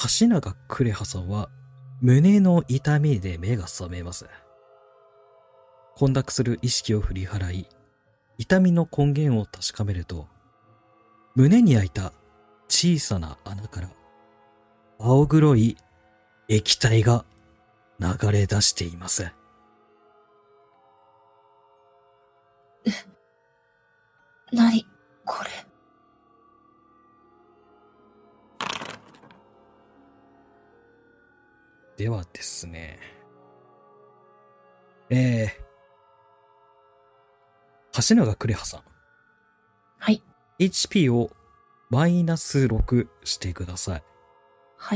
橋永クレハさんは胸の痛みで目が覚めます。混濁する意識を振り払い、痛みの根源を確かめると、胸に開いた小さな穴から青黒い液体が流れ出しています。 何これ。 ではですね。橋永クレハさん。 はい。 HP をマイナス6してください。 はい。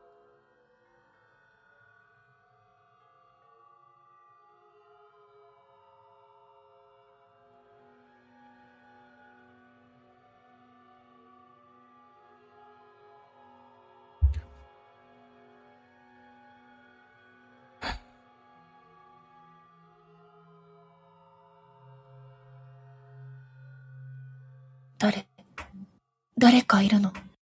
誰かいるの？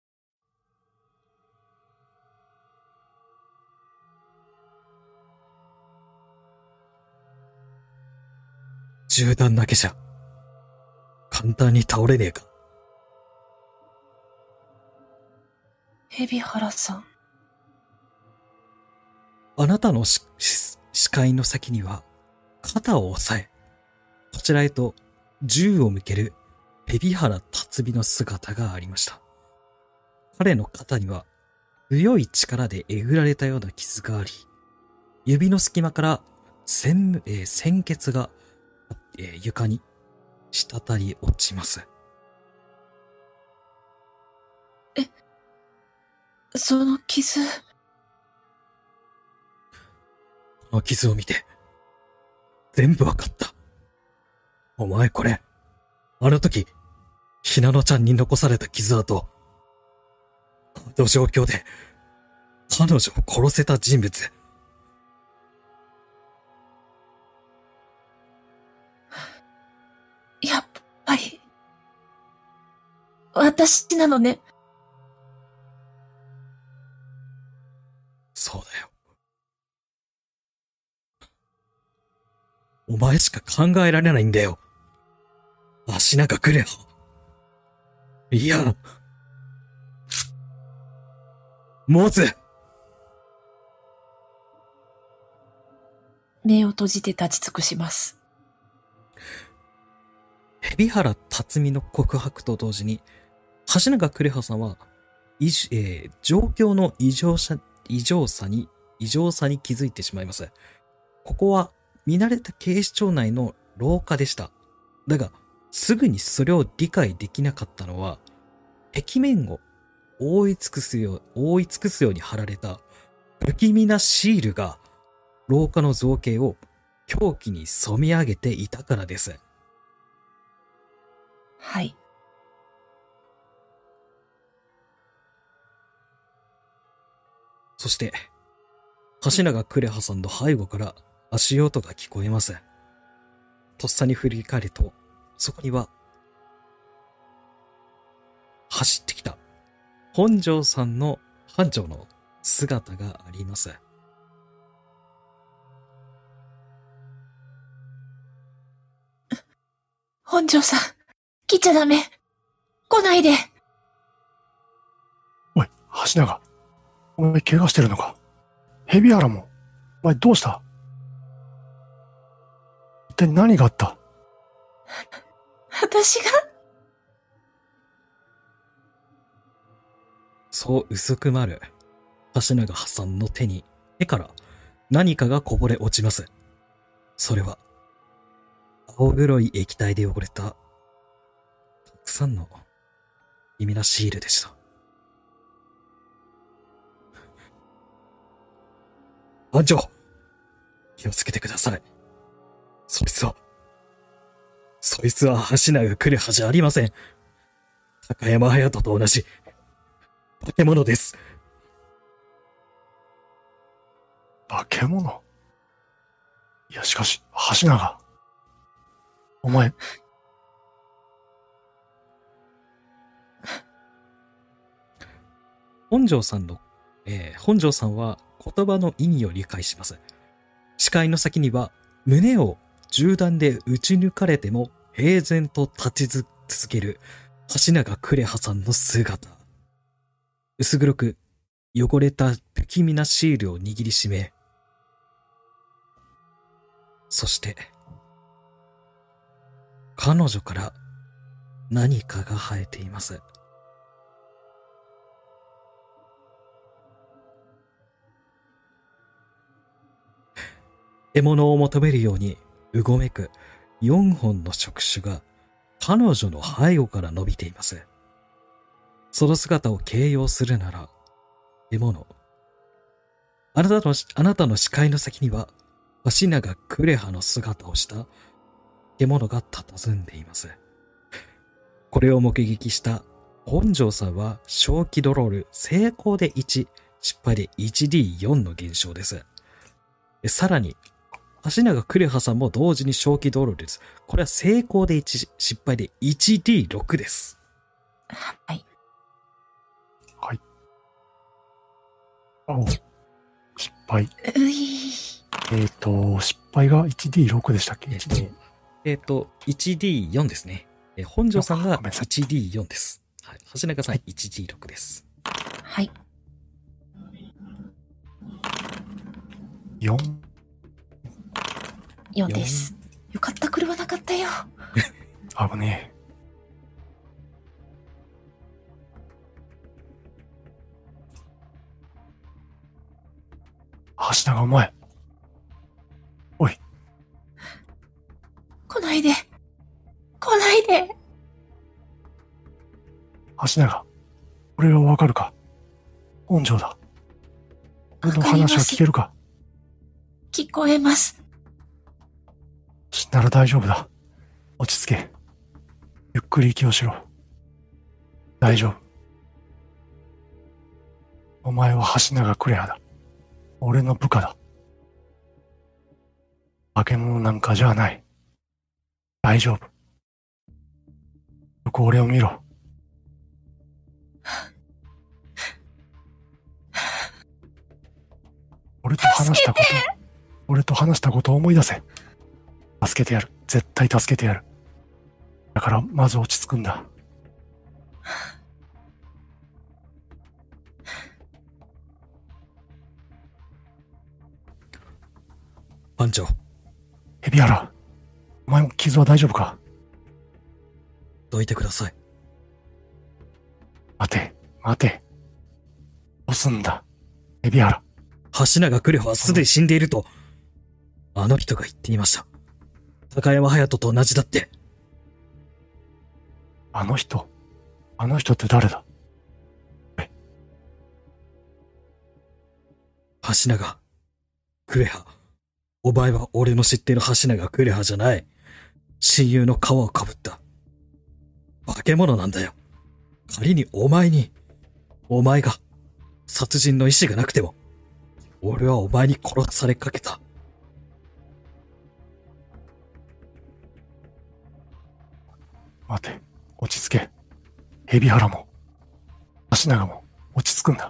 銃弾だけじゃ、簡単に倒れねえか。 海老原さん。 あなたの視界の先には、肩を押さえ、こちらへと銃を向ける海老原辰巳の姿がありました。彼の肩には強い力でえぐられたような傷があり、指の隙間から鮮血が、床に滴り落ちます。 その傷。 この傷を見て、全部わかった。お前これ、あの時、ひなのちゃんに残された傷跡。この状況で、彼女を殺せた人物。 やっぱり、私なのね。 そうだよ。お前しか考えられないんだよ。足なんかくれよ。いや、モズ。 目を閉じて立ち尽くします。 海老原辰巳の告白と同時に、橋永クレハさんは、状況の異常さに気づいてしまいます。ここは見慣れた警視庁内の廊下でした。だが、すぐにそれを理解できなかったのは、壁面を覆い尽くすように貼られた不気味なシールが廊下の造形を狂気に染め上げていたからです。 はい。 そして、橋永クレハさんの背後から足音が聞こえます。とっさに振り返ると、そこには、走ってきた本庄さんの班長の姿があります。 本庄さん、来ちゃダメ。来ないで。 おい、橋永。お前怪我してるのか？蛇原も。お前どうした？一体何があった？ 私が？ そう薄くまる橋永さんの手から何かがこぼれ落ちます。それは、青黒い液体で汚れた、たくさんの意味なシールでした。班長、気をつけてください。そいつは橋永クレハじゃありません。高山隼人と同じ、化け物です。 化け物？いや、しかし、橋永。お前。 本庄さんの本庄さんは言葉の意味を理解します。視界の先には胸を銃弾で撃ち抜かれても平然と立ち続ける橋永クレハさんの姿。薄黒く汚れた不気味なシールを握りしめ、そして彼女から何かが生えています。獲物を求めるようにうごめく4本の触手が彼女の背後から伸びています。その姿を形容するなら、獲物。あなたの視界の先には、橋永クレハの姿をした獲物が佇んでいます。これを目撃した本庄さんは、小気ドロール成功で1、失敗で 1D4 の減少です。さらに、橋永クレハさんも同時に小気ドロールです。これは成功で1、失敗で 1D6 です。 はい。 はい。失敗。失敗が 1D6 でしたっけ？ 1D4 ですね。本庄さんがごめんなさい 1D4 です。はい。橋永さん 1D6 です。 はい。 4。 4です。よかった、狂わなかったよ。 危ねえ。橋永お前。おい。 来ないで。来ないで。 橋永。俺はわかるか？本庄だ。俺の話は聞けるか？ 聞こえます。 なら大丈夫だ。落ち着け。ゆっくり息をしろ。大丈夫。お前は橋永クレハだ。俺の部下だ。化け物なんかじゃない。大丈夫。よく俺を見ろ。俺と話したことを思い出せ。助けてやる。絶対助けてやる。だからまず落ち着くんだ。 班長。 海老原、お前も傷は大丈夫か？ どいてください。 待て。どうすんだ、海老原。 橋永クレハはすでに死んでいると、あの人が言っていました。高山隼人と同じだって。 あの人って誰だ？ 橋永クレハ。お前は俺の知っている橋永クレハじゃない。親友の皮をかぶった。化け物なんだよ。仮にお前が殺人の意志がなくても、俺はお前に殺されかけた。 待て、落ち着け。海老原も、橋永も落ち着くんだ。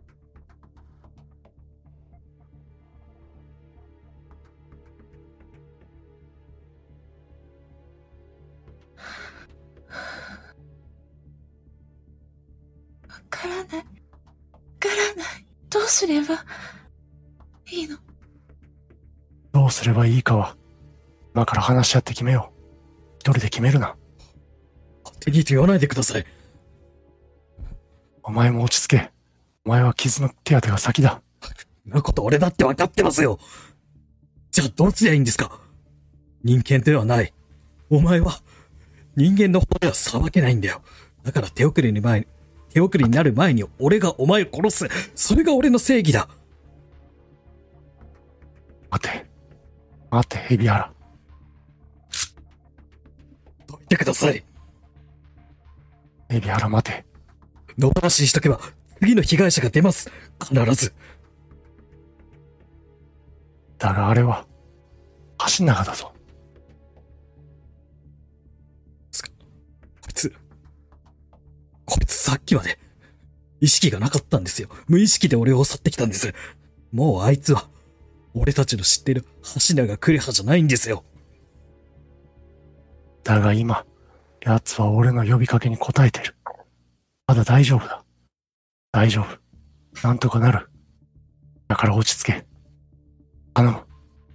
わからない。どうすればいいの？ どうすればいいかは、今から話し合って決めよう。一人で決めるな。 勝手にと言わないでください。 お前も落ち着け。お前は傷の手当てが先だ。 なこと俺だって分かってますよ。じゃあどうすりゃいいんですか？人間ではない。お前は人間の方では裁けないんだよ。だから手遅れになる前に俺がお前を殺す。それが俺の正義だ。 待て、海老原。 どいてください。 海老原待て。 野放しにしとけば次の被害者が出ます。必ず。 だがあれは、橋永だぞ。ここいつさっきまで意識がなかったんですよ。無意識で俺を襲ってきたんです。もうあいつは、俺たちの知ってる橋永クレハじゃないんですよ。 だが今、奴は俺の呼びかけに応えてる。まだ大丈夫だ。大丈夫。なんとかなる。だから落ち着け。頼む。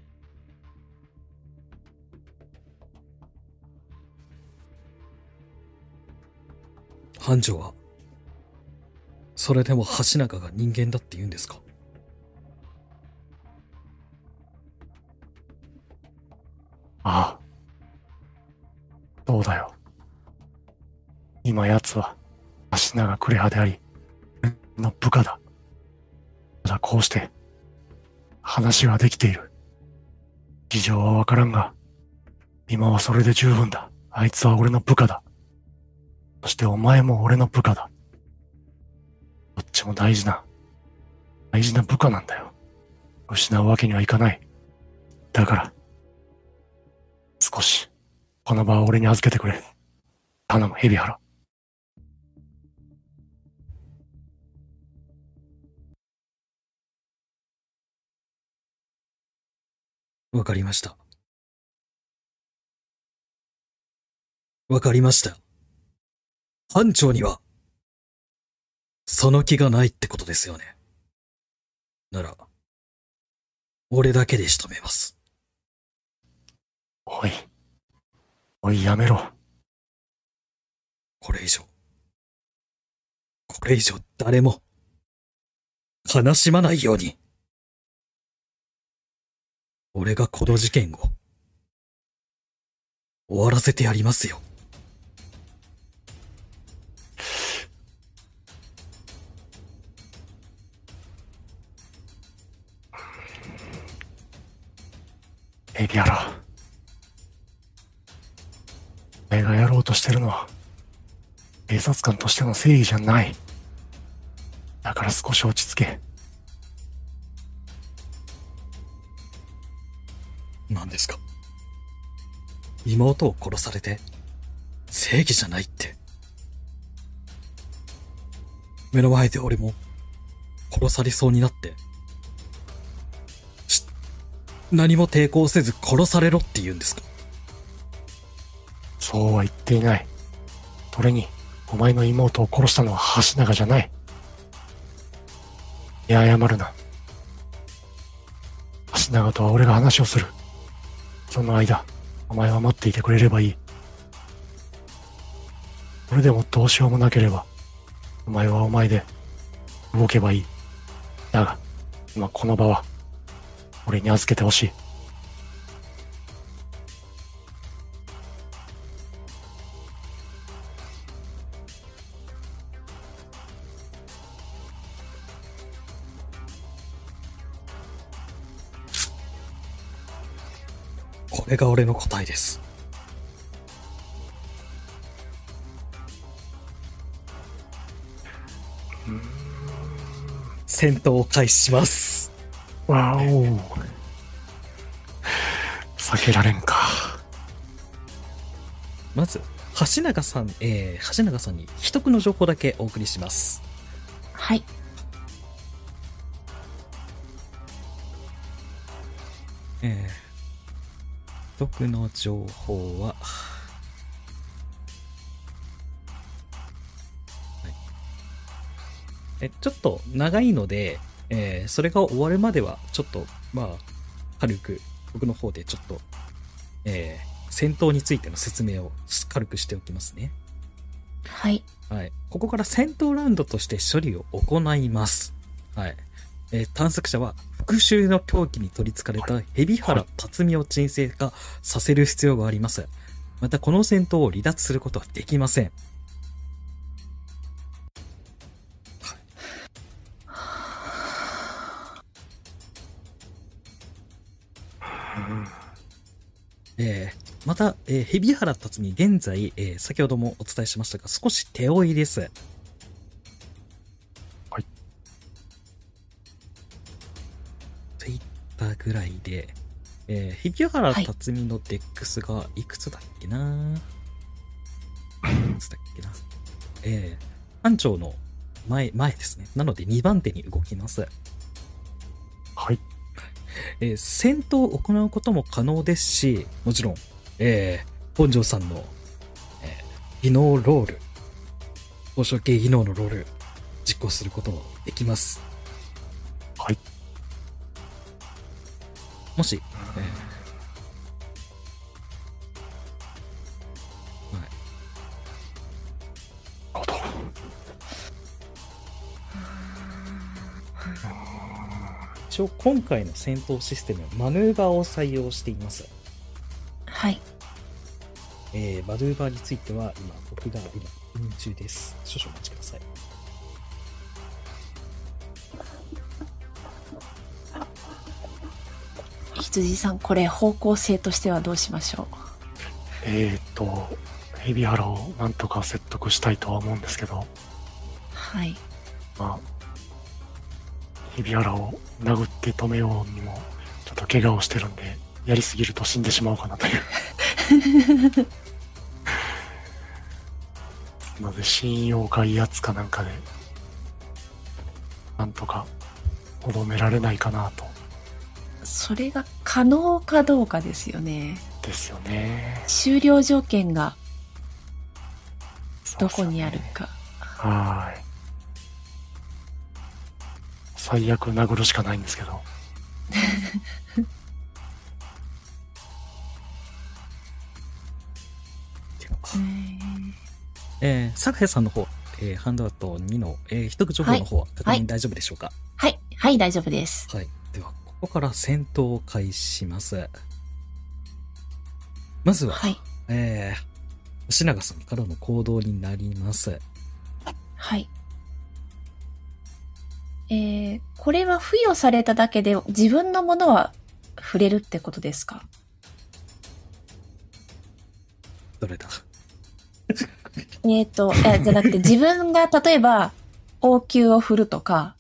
班長は、それでも橋永が人間だって言うんですか？ ああ。そうだよ。今奴は、橋永クレハであり、俺の部下だ。ただこうして、話はできている。事情はわからんが、今はそれで十分だ。あいつは俺の部下だ。そしてお前も俺の部下だ。どっちも大事な部下なんだよ。失うわけにはいかない。だから、少し、この場は俺に預けてくれ。頼む、ヘビハラ。 わかりました。わかりました。班長には、その気がないってことですよね。なら、俺だけで仕留めます。 おい、やめろ。 これ以上誰も、悲しまないように。俺がこの事件を、終わらせてやりますよ。 エビアラ。お前がやろうとしてるのは、警察官としての正義じゃない。だから少し落ち着け。 何ですか？妹を殺されて、正義じゃないって。目の前で俺も、殺されそうになって、何も抵抗せず殺されろって言うんですか？ そうは言っていない。それに、お前の妹を殺したのは橋永じゃない。いや、謝るな。橋永とは俺が話をする。その間、お前は待っていてくれればいい。それでもどうしようもなければ、お前はお前で動けばいい。だが、今この場は、俺に預けてほしい。 これが俺の答えです。戦闘を開始します。 わお。避けられんか。 まず、橋永さんに秘匿の情報だけお送りします。 はい。 秘匿の情報は、ちょっと長いので、それが終わるまでは、ちょっと、軽く、僕の方でちょっと、戦闘についての説明を軽くしておきますね。 はい。 はい。ここから戦闘ラウンドとして処理を行います。はい。探索者は復讐の狂気に取り憑かれた海老原辰巳を鎮静化させる必要があります。またこの戦闘を離脱することはできません。また、海老原辰巳現在、先ほどもお伝えしましたが少し手負いです。 はい。 といったぐらいで、海老原辰巳のデックスがいくつだっけな、いくつだっけな、班長の前ですね。なので2番手に動きます。 はい。 戦闘を行うことも可能ですし、もちろん、本庄さんの、技能ロール、交渉系技能のロール、実行することもできます。 はい。 もし、はい。 なるほど。 一応今回の戦闘システムはマヌーバーを採用しています。 はい。 マヌーバーについては僕が確認中です。少々お待ちください。 羊さん、これ方向性としてはどうしましょう？ 海老原をなんとか説得したいとは思うんですけど、 はい。 まあ、海老原を殴って止めようにも、ちょっと怪我をしてるんで、やりすぎると死んでしまおうかなという。なので、信用か威圧かなんかで、なんとか、とどめられないかなと。 それが可能かどうかですよね。 ですよね。 終了条件がどこそうですよねにあるか。 はい。最悪殴るしかないんですけど。 サクヘさんの方、ハンドアウト2の、一口情報の方は確認大丈夫でしょうか？ はい。はい、大丈夫です。 はい。では、ここから戦闘を開始します。まずは、 はい。 吉永さんからの行動になります。 はい。これは付与されただけで自分のものは触れるってことですか？ どれだ？ じゃなくて自分が例えば応急を振るとか。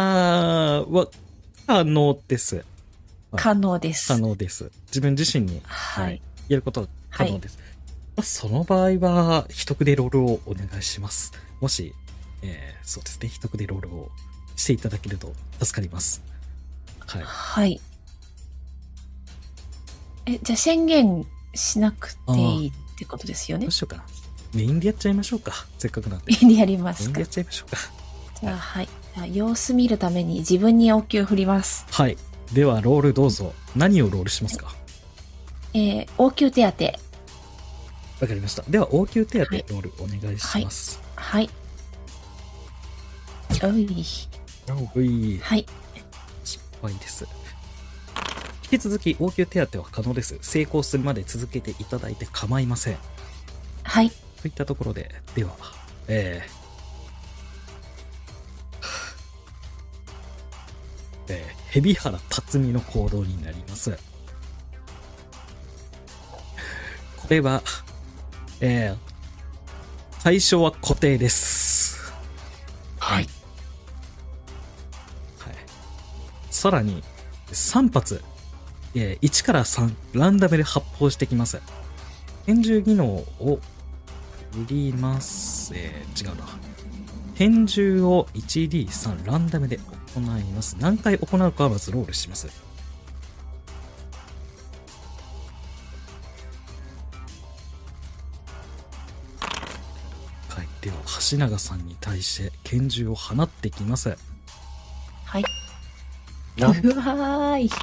可能です。 可能です。 可能です。自分自身に、 はい。 やることは可能です。その場合は、一筆ロールをお願いします。もし、そうですね、一筆ロールをしていただけると助かります。はい。 はい。じゃあ宣言しなくていいってことですよね。 どうしようかな。メインでやっちゃいましょうか。せっかくなんで。 メインでやりますか。 メインでやっちゃいましょうか。 じゃあ、はい。じゃあ様子見るために自分に応急振ります。 はい。では、ロールどうぞ。何をロールしますか？ 応急手当。 わかりました。では、応急手当ロールお願いします。 はい。おい。 おい。 はい。 失敗です。引き続き、応急手当は可能です。成功するまで続けていただいて構いません。 はい。 といったところで、では、蛇原辰巳の行動になります。これは、対象は固定です。 はい。 はい。さらに、3発、1から3、ランダムで発砲してきます。拳銃技能を振ります。違うな。拳銃を 1D3 ランダムで行います。何回行うかはまずロールします。はい。では、橋永さんに対して拳銃を放ってきます。 はい。 うわーい。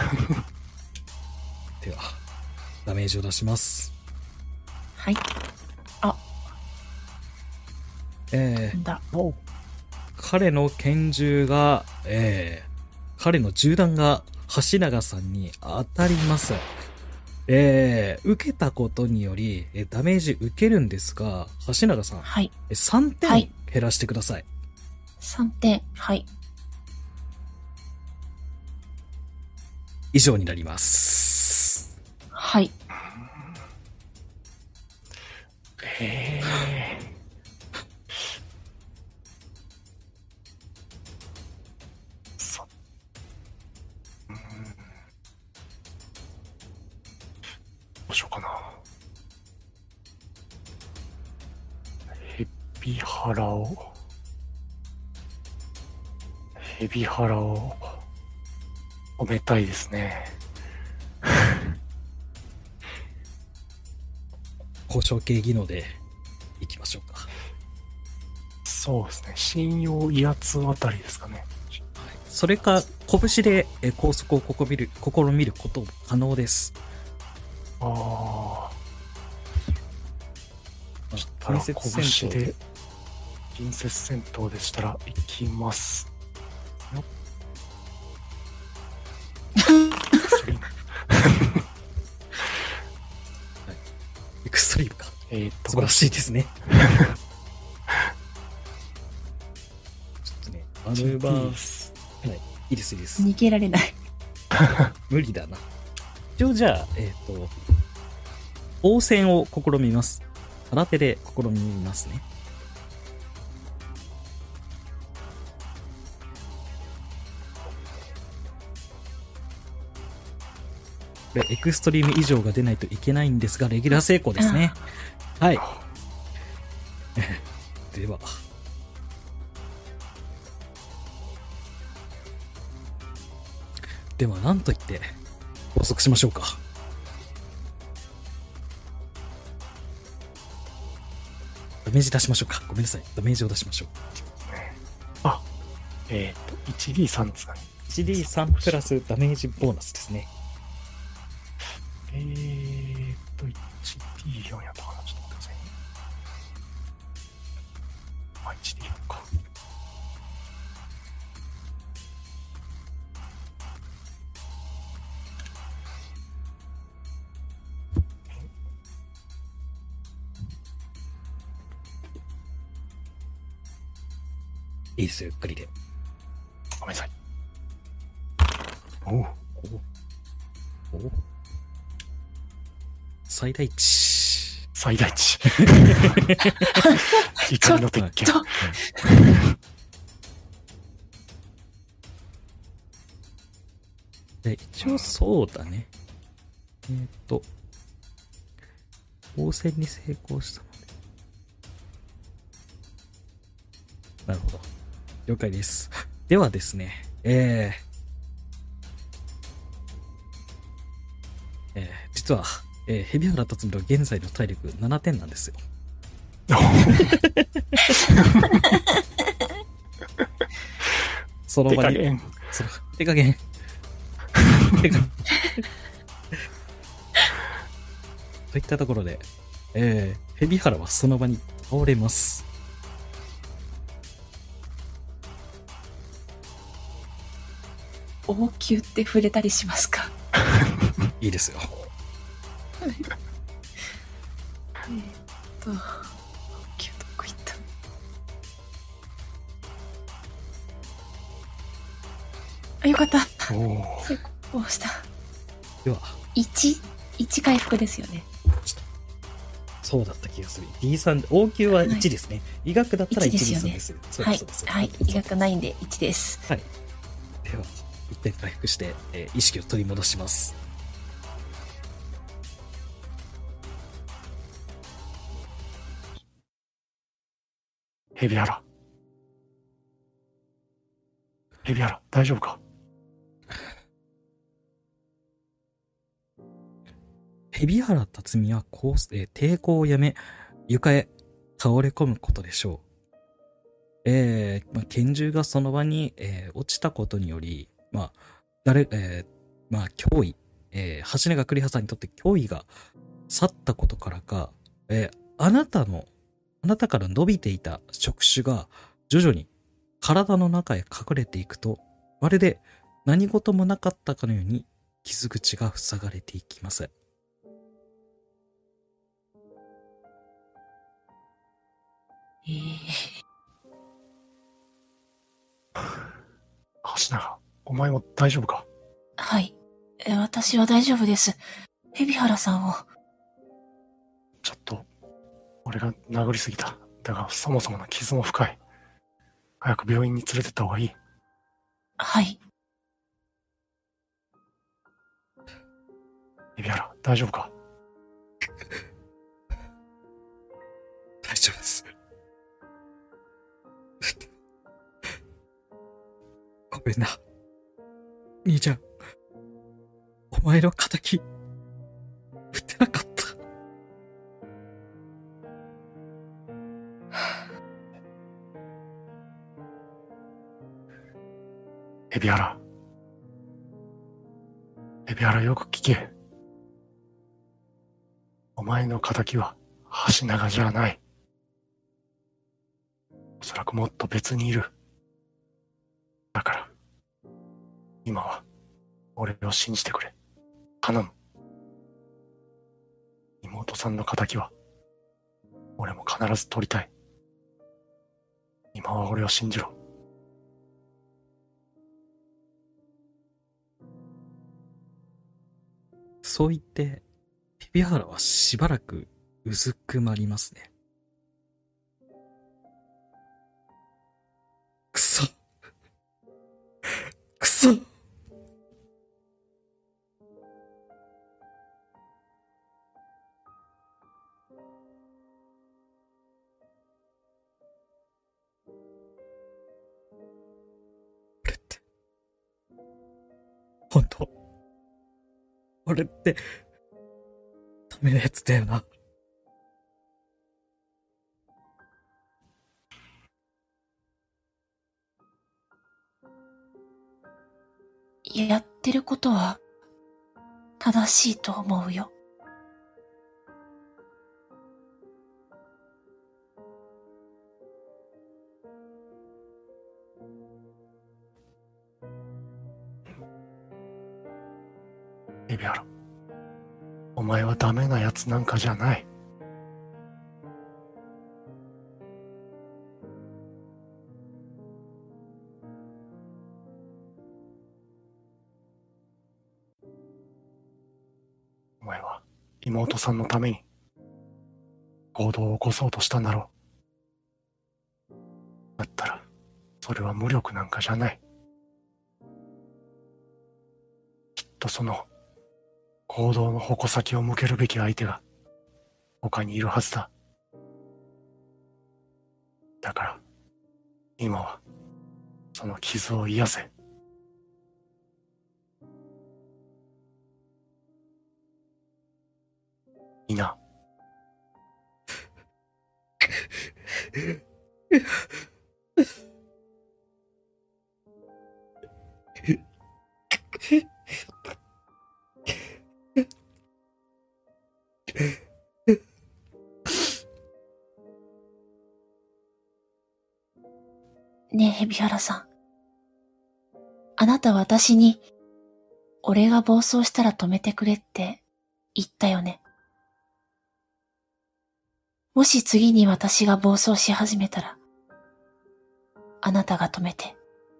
では、ダメージを出します。 はい。 彼の拳銃が、彼の銃弾が橋永さんに当たります。受けたことにより、ダメージ受けるんですが、橋永さん、 はい。 3点減らしてください。 3点。はい。 以上になります。 はい。 どうしようかな。蛇原を海老原を褒めたいですね。 交渉系技能でいきましょうか。 そうですね。信用威圧あたりですかね。 それか、拳で拘束を試みることも可能です。 ああ。 近接戦闘で近接戦闘でしたら行きますよ。 エクストリームか。素晴らしいですね。ちょっとね、マヌーバー、はい、いいですいいです。 逃げられない。 無理だな。一応じゃあ、応戦を試みます。空手で試みますね。これエクストリーム以上が出ないといけないんですが、レギュラー成功ですね。はい。では。では、なんと言って拘束しましょうか。ダメージ出しましょうか。ごめんなさい。ダメージを出しましょう。 あ、1D3 ですかね。 1D3 プラスダメージボーナスですね。 1D4 やったかな。ちょっと待ってくださいね。あ、1D4 か。 いいですよ、ゆっくりで。 ごめんなさい。おう。 最大値。 最大値。怒りの鉄拳。 で、一応そうだね。応戦に成功したので。なるほど。了解です。ではですね、実は、海老原辰巳の現在の体力7点なんですよ。その場に、手加減。といったところで、海老原はその場に倒れます。 応急って触れたりしますか？ いいですよ。 応急どこ行った？あ、よかった。成功した。 では、 1回復ですよね。 そうだった気がする。D3、応急は1ですね。医学だったら1ですよね。 はい、はい、医学ないんで1です。 はい。では、一点回復して、意識を取り戻します。 海老原、大丈夫か？ 海老原辰巳は抵抗をやめ、床へ倒れ込むことでしょう。拳銃がその場に、落ちたことにより、脅威、橋永栗葉さんにとって脅威が去ったことからか、あなたから伸びていた触手が徐々に体の中へ隠れていくと、まるで何事もなかったかのように傷口が塞がれていきます。 橋永、お前も大丈夫か？ はい。私は大丈夫です。海老原さんを。 ちょっと、俺が殴りすぎた。だが、そもそもの傷も深い。早く病院に連れてった方がいい。 はい。 海老原、大丈夫か？ 大丈夫です。 ごめんな。兄ちゃん、お前の仇、撃てなかった。 海老原。海老原よく聞け。お前の仇は橋長じゃない。おそらくもっと別にいる。だから、今は俺を信じてくれ。頼む。妹さんの仇は俺も必ず取りたい。今は俺を信じろ。 そう言って、海老原はしばらくうずくまりますね。くそ。くそ。俺って、本当、俺って、ダメなやつだよな。 やってることは正しいと思うよ。 海老原、お前はダメなやつなんかじゃない。お前は妹さんのために行動を起こそうとしたんだろう。だったらそれは無力なんかじゃない。きっとその行動の矛先を向けるべき相手が他にいるはずだ。だから今はその傷を癒せ。いいな。 ねえ、海老原さん。あなた私に、俺が暴走したら止めてくれって言ったよね。もし次に私が暴走し始めたら、あなたが止めて。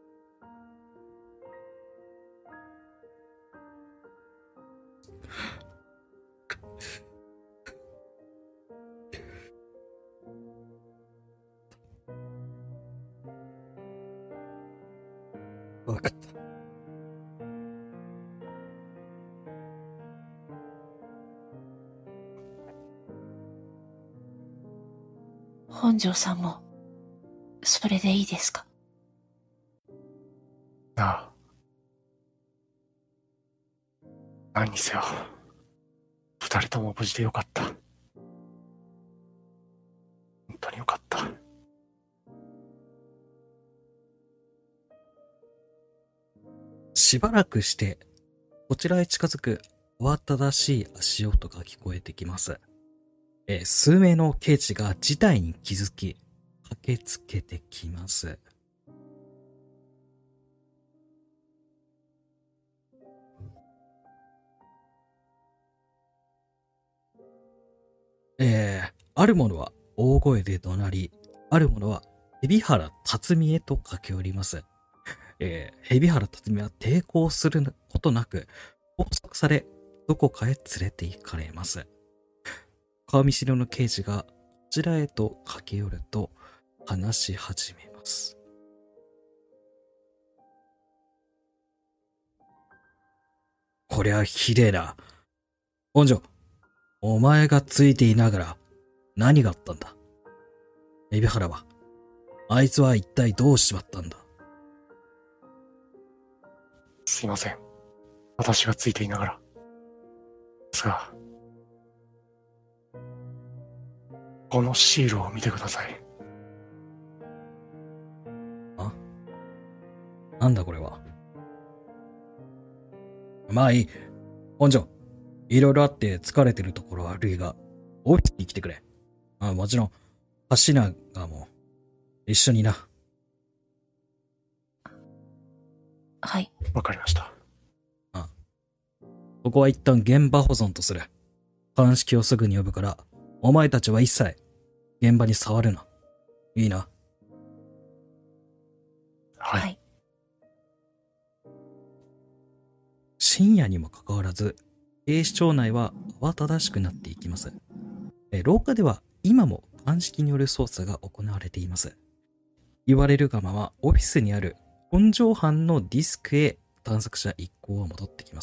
わかった。 本庄さんも、それでいいですか？ なあ。何にせよ、二人とも無事でよかった。本当によかった。 しばらくして、こちらへ近づく慌ただしい足音が聞こえてきます。数名の刑事が事態に気づき、駆けつけてきます。ある者は大声で怒鳴り、ある者は海老原辰巳へと駆け寄ります。海老原辰巳は抵抗することなく拘束され、どこかへ連れて行かれます。顔見知りの刑事がこちらへと駆け寄ると話し始めます。こりゃひでえな。本庄、お前がついていながら何があったんだ。海老原は、あいつは一体どうしちまったんだ。 すいません。私がついていながら。ですが、このシールを見てください。 あ、なんだこれは。まあいい。本庄、いろいろあって疲れてるところ悪いが、オフィスに来てくれ。もちろん、橋永も一緒にな。 はい。 わかりました。 ここは一旦現場保存とする。鑑識をすぐに呼ぶから、お前たちは一切、現場に触るな。いいな。 はい。 はい。 深夜にもかかわらず、警視庁内は慌ただしくなっていきます。廊下では今も鑑識による捜査が行われています。言われるがままオフィスにある本庄班のディスクへ探索者一行は戻ってきます。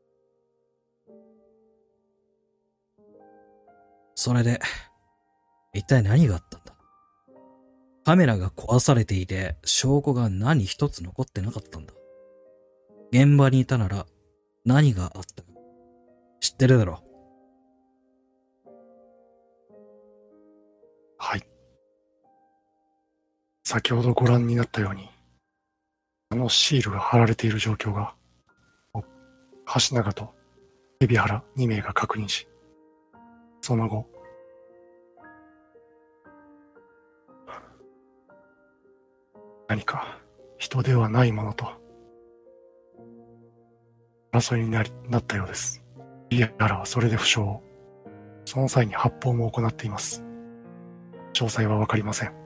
それで、一体何があったんだ？カメラが壊されていて証拠が何一つ残ってなかったんだ。現場にいたなら何があったか知ってるだろ？ はい。先ほどご覧になったように、あのシールが貼られている状況が、橋永と海老原2名が確認し、その後、何か人ではないものと争いになったようです。海老原はそれで負傷を、その際に発砲も行っています。詳細はわかりません。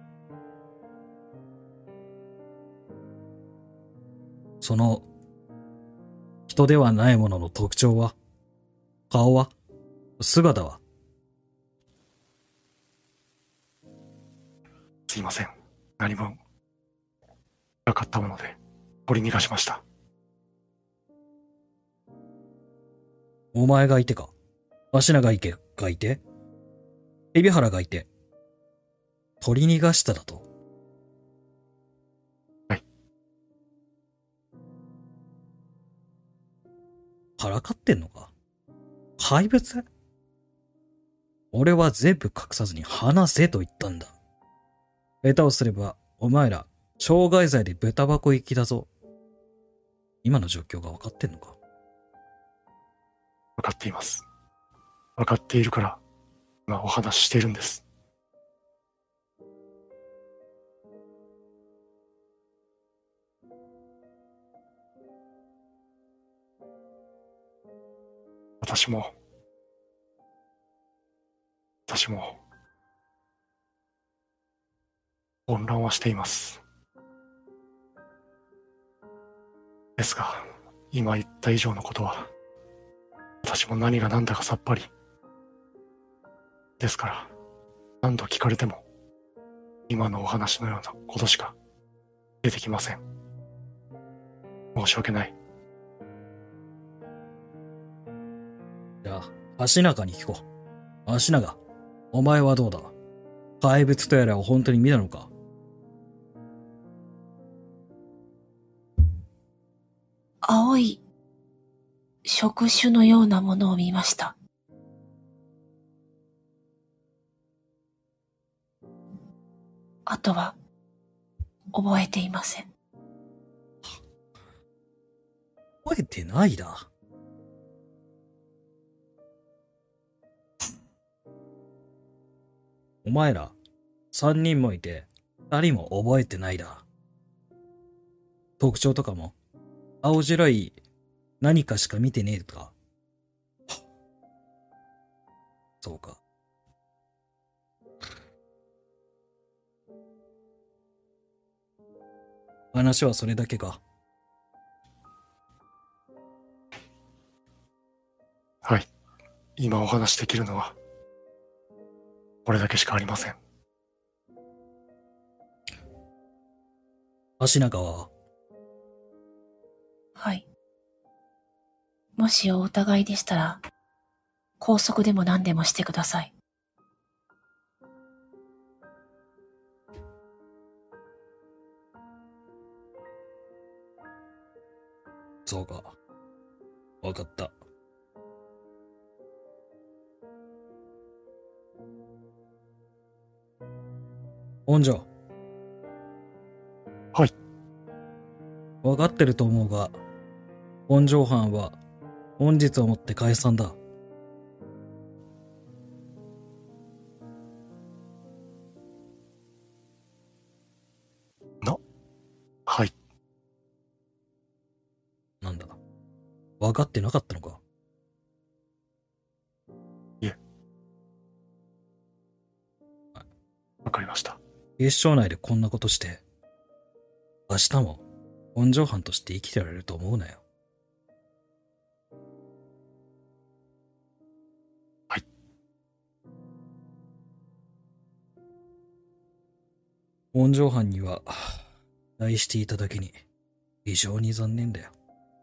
その人ではないものの特徴は？顔は？姿は？ すいません。何分なかったもので取り逃がしました。 お前がいてか？芦名がいて海老原がいて取り逃がしただと？ はい。 からかってんのか？怪物？俺は全部隠さずに話せと言ったんだ。下手をすればお前ら傷害罪で豚箱行きだぞ。今の状況が分かってんのか？ 分かっています。分かっているから、今お話ししているんです。私も、混乱はしています。ですが、今言った以上のことは、私も何が何だかさっぱり。ですから、何度聞かれても、今のお話のようなことしか出てきません。申し訳ない。 じゃあ、橋中に聞こう。橋中、お前はどうだ？怪物とやらを本当に見たのか？ 青い触手のようなものを見ました。あとは覚えていません。 覚えてないだ。お前ら、3人もいて、2人も覚えてないだ。特徴とかも、青白い何かしか見てねえとか。そうか。話はそれだけか？ はい。今お話しできるのは、これだけしかありません。 橋中は？ はい。もしお疑いでしたら、拘束でも何でもしてください。 そうか。わかった。本庄。 はい。 わかってると思うが、本庄藩は本日をもって解散だ。 はい。 なんだ。わかってなかったのか。 いえ。わかりました。 警視庁内でこんなことして、明日も本庄藩として生きてられると思うなよ。 はい。 本庄藩には、愛していただけに、非常に残念だよ。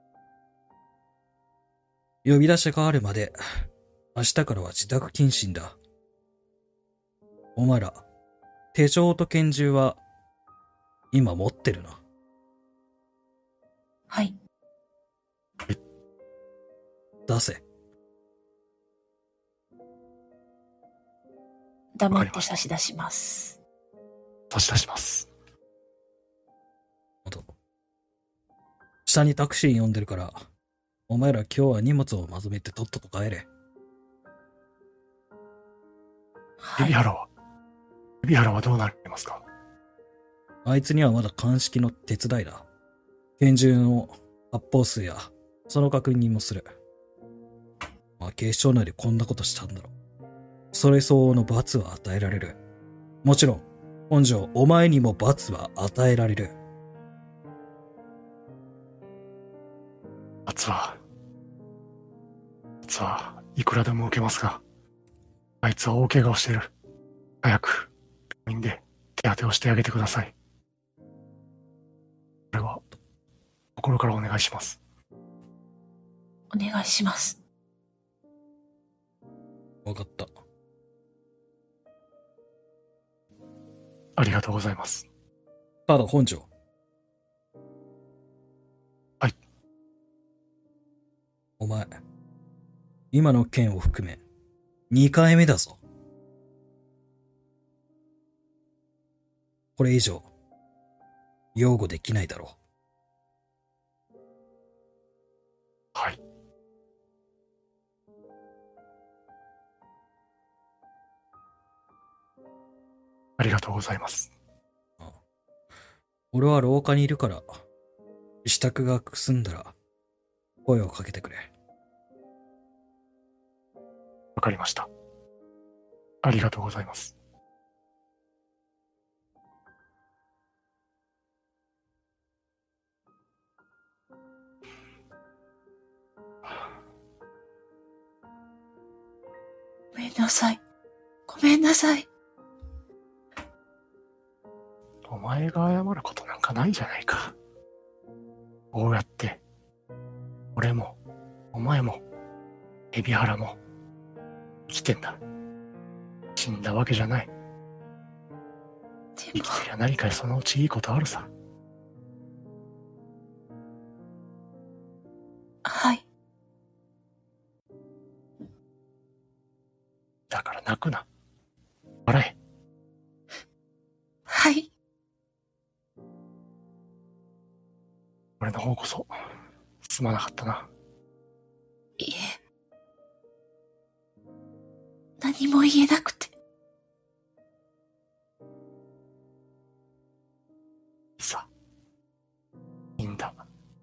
呼び出しがあるまで、明日からは自宅謹慎だ。お前ら、手錠と拳銃は、今持ってるな。 はい。 出せ。 黙って差し出します。 差し出します。 下にタクシー呼んでるから、お前ら今日は荷物をまとめてとっとと帰れ。 海老原はどうなりますか？ あいつにはまだ鑑識の手伝いだ。拳銃の発砲数や、その確認もする。まあ、警視庁内でこんなことしたんだろう。それ相応の罰は与えられる。もちろん、本庄、お前にも罰は与えられる。 罰はいくらでも受けますが、あいつは大怪我をしている。早く、病院で手当てをしてあげてください。これは、心からお願いします。 お願いします。 わかった。 ありがとうございます。 ただ本庄。 はい。 お前、今の件を含め、2回目だぞ。これ以上、擁護できないだろう。 はい。ありがとうございます。 俺は廊下にいるから、支度が済んだら、声をかけてくれ。 わかりました。ありがとうございます。 ごめんなさい。ごめんなさい。 お前が謝ることなんかないじゃないか。こうやって、俺も、お前も、海老原も、生きてんだ。死んだわけじゃない。生きてりゃ何かそのうちいいことあるさ。 はい。 だから泣くな。笑え。 はい。 俺の方こそ、すまなかったな。 いえ。何も言えなくて。 さ。いいんだ。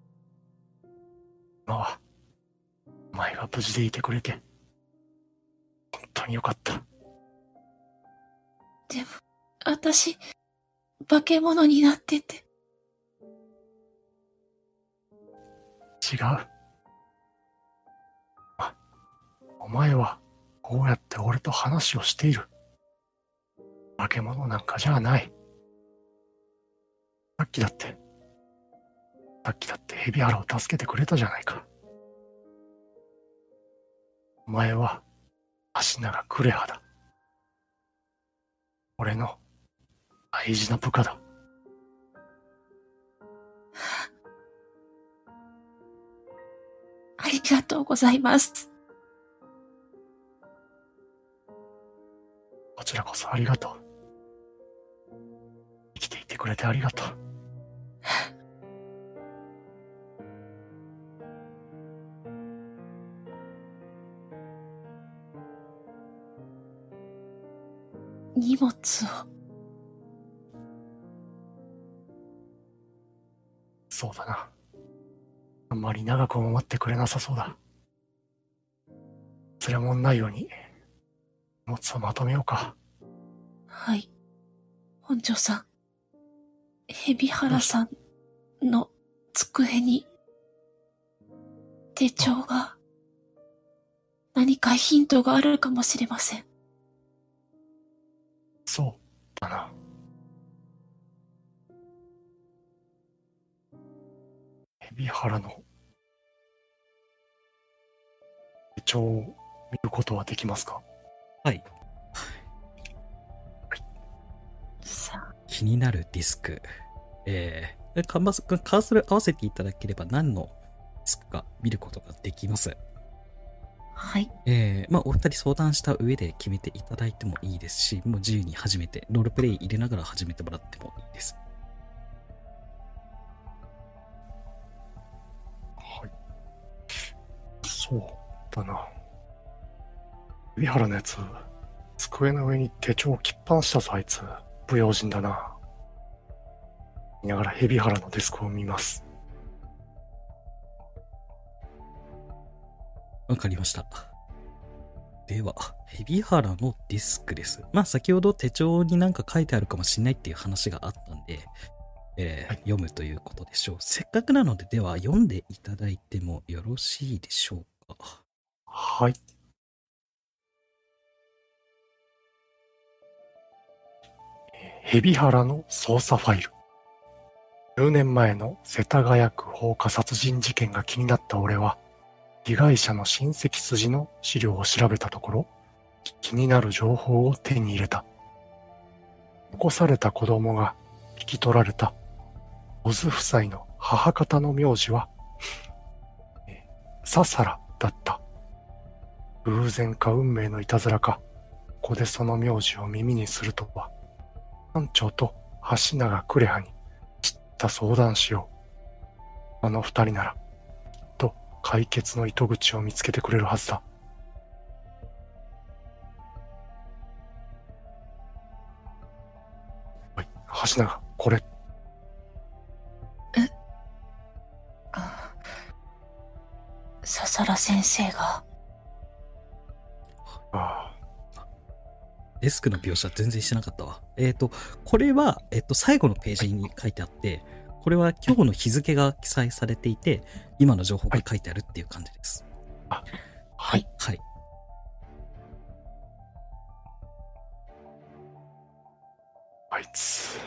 今は、お前が無事でいてくれて、本当によかった。 でも、私、化け物になってて。 違う。お前は、こうやって俺と話をしている。化け物なんかじゃない。さっきだってヘビ原を助けてくれたじゃないか。お前は、足長クレハだ。俺の大事な部下だ。 がとうございます。 こちらこそありがとう。生きていてくれてありがとう。 荷物を。 そうだな。あんまり長くも待ってくれなさそうだ。忘れ物ないように荷物をまとめようか。 はい。本庄さん、蛇原さんの机に手帳が何かヒントがあるかもしれません。 そうだな。蛇原の手帳を見ることはできますか？ はい。 さあ、 気になるディスク。カーソル合わせていただければ何のディスクか見ることができます。 はい。 お二人相談した上で決めていただいてもいいですし、もう自由に始めて、ロールプレイ入れながら始めてもらってもいいです。 はい。そうだな。海原のやつ、机の上に手帳を置きっぱなしたぞ、あいつ。不用心だな。見ながら蛇原のデスクを見ます。 わかりました。では、蛇原のディスクです。先ほど手帳になんか書いてあるかもしれないっていう話があったんで、はい、読むということでしょう。せっかくなので、では読んでいただいてもよろしいでしょうか。 はい。蛇原の捜査ファイル。10年前の世田谷区放火殺人事件が気になった俺は、被害者の親戚筋の資料を調べたところ、気になる情報を手に入れた。残された子供が引き取られた小津夫妻の母方の名字は、笹良だった。偶然か運命のいたずらか、ここでその名字を耳にするとは、班長と橋永呉羽に知った相談しよう。あの二人なら、きっと解決の糸口を見つけてくれるはずだ。はい、橋永、これ。 笹良先生が。 ああ。 デスクの描写全然してなかったわ。これは、最後のページに書いてあって、これは今日の日付が記載されていて、今の情報が書いてあるっていう感じです。 はい。はい。 はい。 あいつ。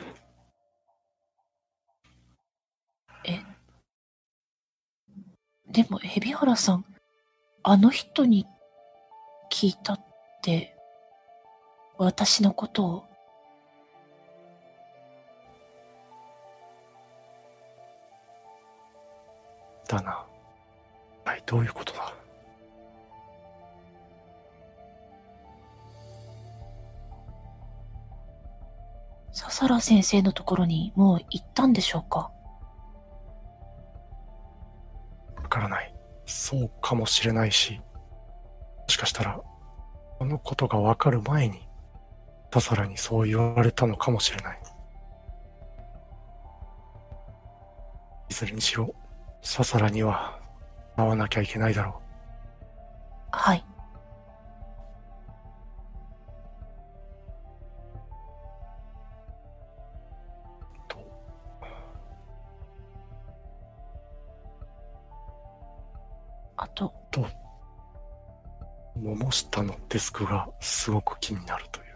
でも、蛇原さん、あの人に聞いたって、私のことを。 だな。はい、どういうことだ。 笹良先生のところにもう行ったんでしょうか？ わからない。そうかもしれないし、もしかしたら、このことがわかる前に、笹良にそう言われたのかもしれない。いずれにしろ、笹良には会わなきゃいけないだろう。 はい。あと、 桃下のデスクがすごく気になるという。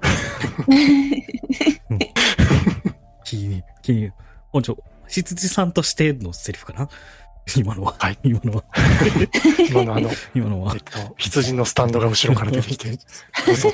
気に、本庁、羊さんとしてのセリフかな今のは。 はい。 今のは。 今のは、羊のスタンドが後ろから出てきて、どうぞ。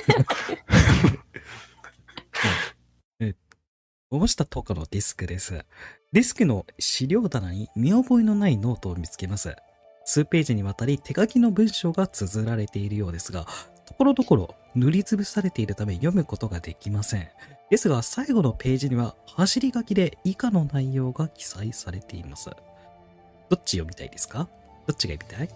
桃下10日のディスクです。ディスクの資料棚に見覚えのないノートを見つけます。 数ページにわたり手書きの文章が綴られているようですが、ところどころ塗りつぶされているため読むことができません。ですが、最後のページには走り書きで以下の内容が記載されています。どっち読みたいですか？どっちが読みたい？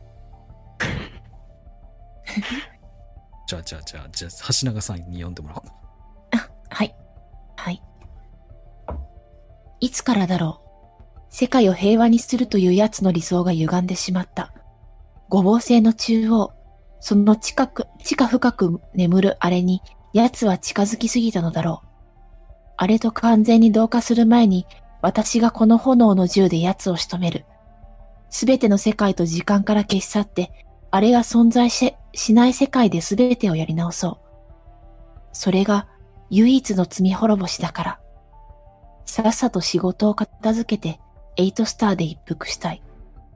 じゃあ、橋永さんに読んでもらおう。 はい。はい。いつからだろう。世界を平和にするという奴の理想が歪んでしまった。五芒星の中央、その地下深く眠るあれに奴は近づきすぎたのだろう。あれと完全に同化する前に、私がこの炎の銃で奴を仕留める。すべての世界と時間から消し去って、あれが存在しない世界で全てをやり直そう。それが唯一の罪滅ぼしだから。さっさと仕事を片付けて、8スターで一服したい。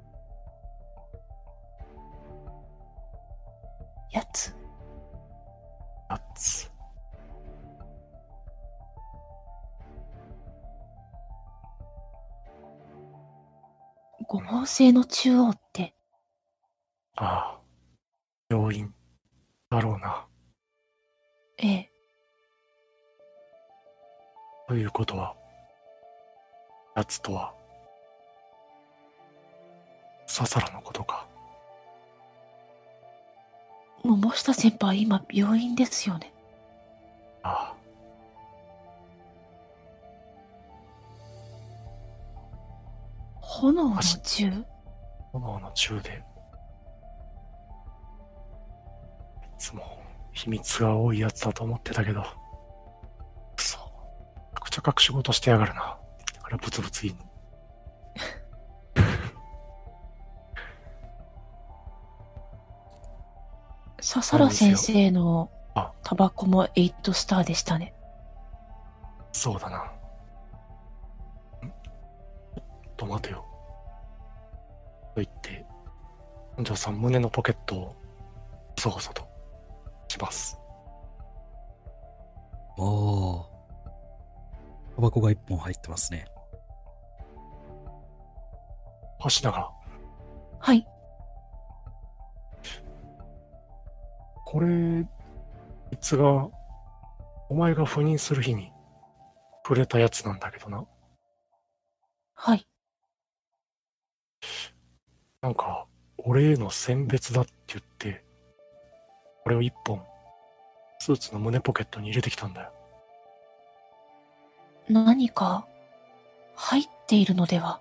やつ。五芒星の中央って。 ああ、病院だろうな。 ええ。 ということは、奴とは、ササラのことか。 桃下先輩、今病院ですよね。 ああ。 炎の銃？ 炎の銃で、いつも秘密が多いやつだと思ってたけど、くそ、めちゃくちゃ隠し事してやがるな。だからブツブツ言いに。 笹良先生のタバコも8スターでしたね。 そうだな。ちょっと待てよ。と言って、本庄さん胸のポケットをごそごそとします。 おー。タバコが1本入ってますね。 橋永。 はい。 これ、いつが、お前が赴任する日にくれたやつなんだけどな。 はい。 なんか、俺への選別だって言って、これを一本、スーツの胸ポケットに入れてきたんだよ。 何か、入っているのでは？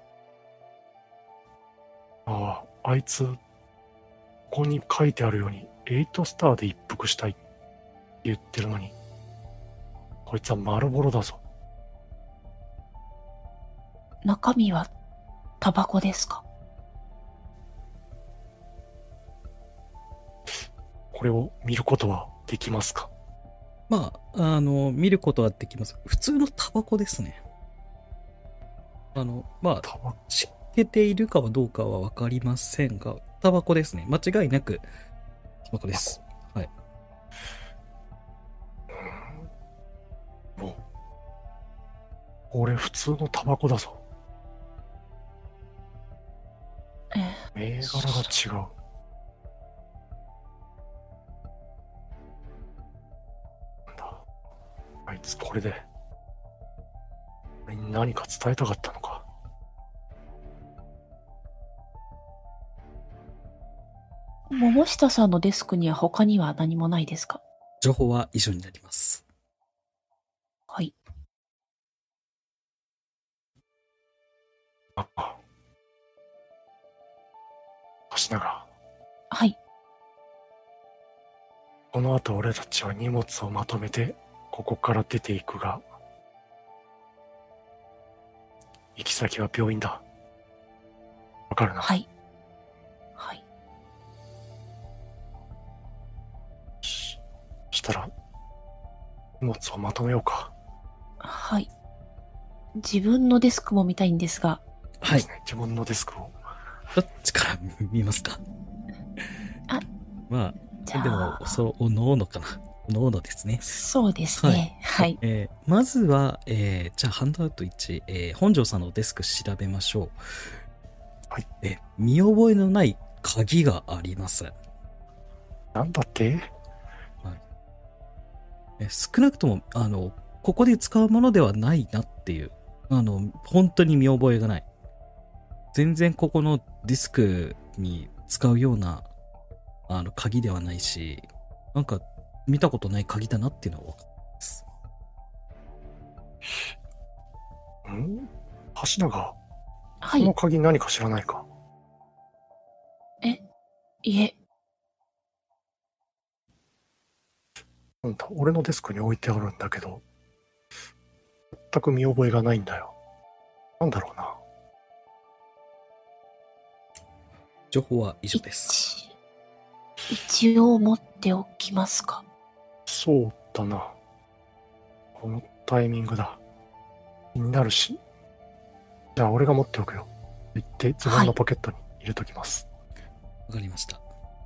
ああ、あいつ、ここに書いてあるように、8スターで一服したいって言ってるのに、こいつは丸ボロだぞ。 中身は、タバコですか？ これを見ることはできますか？ まあ、見ることはできます。普通のタバコですね。まあ、湿気ているかはどうかはわかりませんが、タバコですね。間違いなく、タバコです。はい。 もう、俺普通のタバコだぞ。銘柄が違う。なんだ。あいつこれで、俺に何か伝えたかったのか。 桃下さんのデスクには他には何もないですか？ 情報は以上になります。 はい。 橋永。 はい。 この後俺たちは荷物をまとめてここから出ていくが、行き先は病院だ。わかるな？ はい。はい。 したら、荷物をまとめようか。 はい。自分のデスクも見たいんですが。 はい。 自分のデスクを。 どっちから見ますか？ あ、 まあ、でも、おのおのかな。おのおのですね。 そうですね。はい。 まずは、じゃあ、ハンドアウト1、本庄さんのデスク調べましょう。 見覚えのない鍵があります。 なんだって？ 少なくとも、ここで使うものではないなっていう、本当に見覚えがない。全然ここのディスクに使うような、鍵ではないし、なんか、見たことない鍵だなっていうのは分かります。 橋永、 はい。 この鍵何か知らないか？ いえ、 なんだ、俺のデスクに置いてあるんだけど、全く見覚えがないんだよ。なんだろうな。 情報は以上です。 一応持っておきますか？ そうだな。このタイミングだ。気になるし。じゃあ俺が持っておくよ。言ってズボンのポケットに入れときます。 わかりました。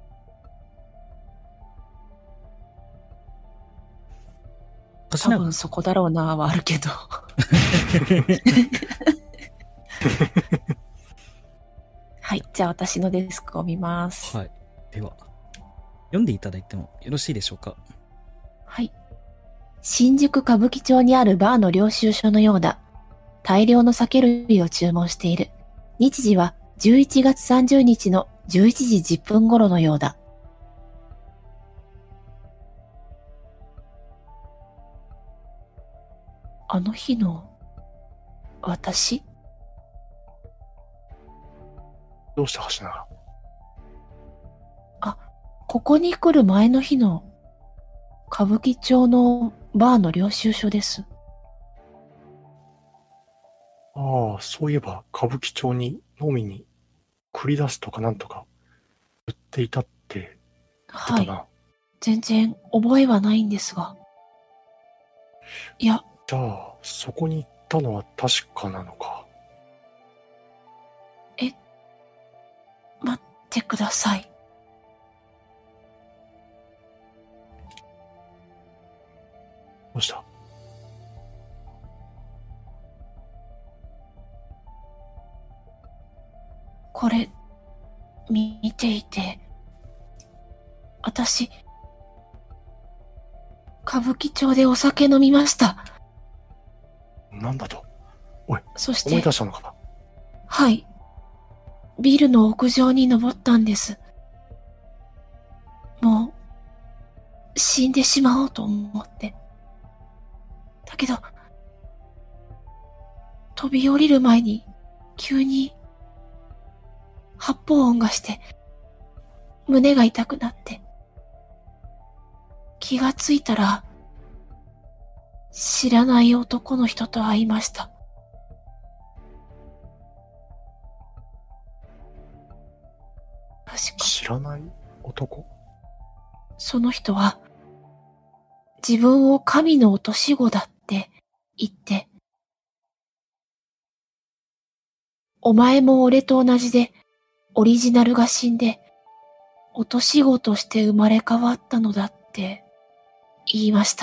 多分そこだろうなはあるけど。はい。じゃあ私のデスクを見ます。 はい。では、読んでいただいてもよろしいでしょうか？ はい。新宿歌舞伎町にあるバーの領収書のようだ。大量の酒類を注文している。日時は11月30日の11時10分頃のようだ。あの日の私？ どうした橋永？ ここに来る前の日の歌舞伎町のバーの領収書です。 ああ、そういえば歌舞伎町に飲みに繰り出すとかなんとか言っていたって言ってはい。 たな。 全然覚えはないんですが。いや、 じゃあ、そこに行ったのは確かなのか。 待ってください。 どうした？ これ、見ていて、私、歌舞伎町でお酒飲みました。 なんだと？ そして、 思い出したのか？ はい。ビルの屋上に登ったんです。もう、死んでしまおうと思って。だけど、飛び降りる前に、急に、発砲音がして、胸が痛くなって。気がついたら、知らない男の人と会いました。確か、 知らない男？ その人は、自分を神の落とし子だって言って、お前も俺と同じで、オリジナルが死んで、落とし子として生まれ変わったのだって言いました。